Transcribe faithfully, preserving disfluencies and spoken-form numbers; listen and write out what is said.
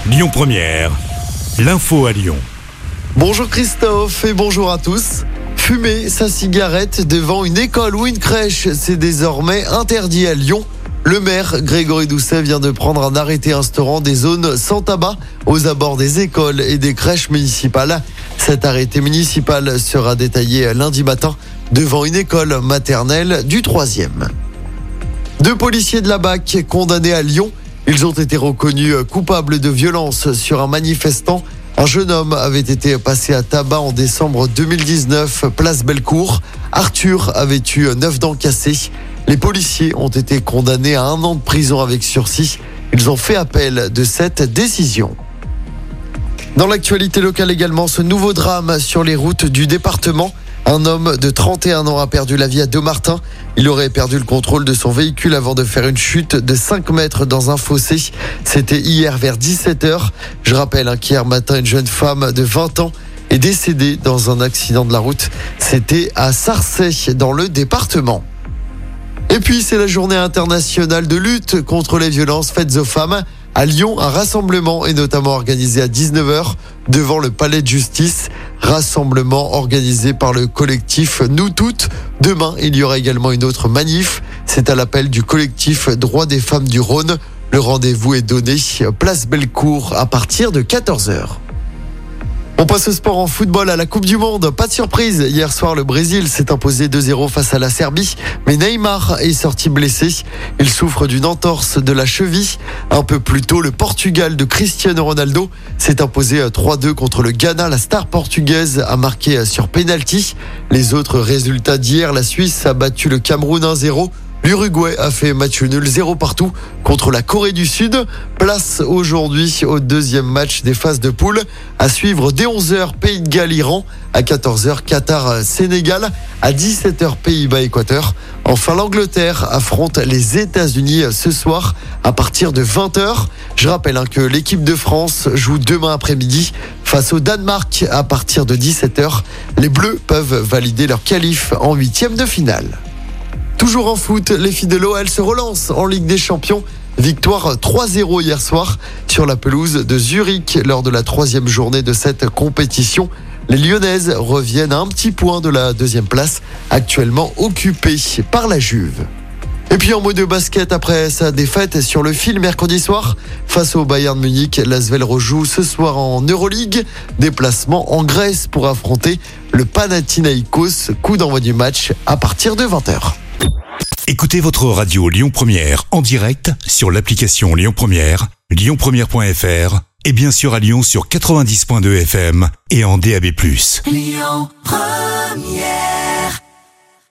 Lyon Première, l'info à Lyon. Bonjour Christophe et bonjour à tous. Fumer sa cigarette devant une école ou une crèche, c'est désormais interdit à Lyon. Le maire Grégory Doucet vient de prendre un arrêté instaurant des zones sans tabac aux abords des écoles et des crèches municipales. Cet arrêté municipal sera détaillé lundi matin devant une école maternelle du troisième. Deux policiers de la B A C condamnés à Lyon. Ils ont été reconnus coupables de violence sur un manifestant. Un jeune homme avait été passé à tabac en décembre deux mille dix-neuf, place Bellecour. Arthur avait eu neuf dents cassées. Les policiers ont été condamnés à un an de prison avec sursis. Ils ont fait appel de cette décision. Dans l'actualité locale également, ce nouveau drame sur les routes du département. Un homme de trente et un ans a perdu la vie à Dommartin. Il aurait perdu le contrôle de son véhicule avant de faire une chute de cinq mètres dans un fossé. C'était hier vers dix-sept heures. Je rappelle qu'hier matin, une jeune femme de vingt ans est décédée dans un accident de la route. C'était à Sarcey, dans le département. Et puis, c'est la journée internationale de lutte contre les violences faites aux femmes. À Lyon, un rassemblement est notamment organisé à dix-neuf heures devant le palais de justice. Rassemblement organisé par le collectif Nous Toutes. Demain, il y aura également une autre manif. C'est à l'appel du collectif Droits des femmes du Rhône. Le rendez-vous est donné place Bellecour à partir de quatorze heures. On passe au sport en football à la Coupe du Monde. Pas de surprise, hier soir le Brésil s'est imposé deux zéro face à la Serbie. Mais Neymar est sorti blessé. Il souffre d'une entorse de la cheville. Un peu plus tôt, le Portugal de Cristiano Ronaldo s'est imposé trois deux contre le Ghana. La star portugaise a marqué sur pénalty. Les autres résultats d'hier, la Suisse a battu le Cameroun un zéro. L'Uruguay a fait match nul zéro partout contre la Corée du Sud. Place aujourd'hui au deuxième match des phases de poule. À suivre dès onze heures, Pays de Galles, Iran. À quatorze heures, Qatar, Sénégal. À dix-sept heures, Pays-Bas, Équateur. Enfin, l'Angleterre affronte les États-Unis ce soir à partir de vingt heures. Je rappelle que l'équipe de France joue demain après-midi face au Danemark à partir de dix-sept heures. Les Bleus peuvent valider leur qualif en huitième de finale. Toujours en foot, les filles de l'O L se relancent en Ligue des Champions. Victoire trois zéro hier soir sur la pelouse de Zurich lors de la troisième journée de cette compétition. Les Lyonnaises reviennent à un petit point de la deuxième place, actuellement occupée par la Juve. Et puis en mot de basket, après sa défaite sur le fil mercredi soir face au Bayern Munich, l'Asvel rejoue ce soir en Euroleague. Déplacement en Grèce pour affronter le Panathinaïkos. Coup d'envoi du match à partir de vingt heures. Écoutez votre radio Lyon Première en direct sur l'application Lyon Première, lyon première point f r et bien sûr à Lyon sur quatre-vingt-dix point deux F M et en D A B plus. Lyon Première.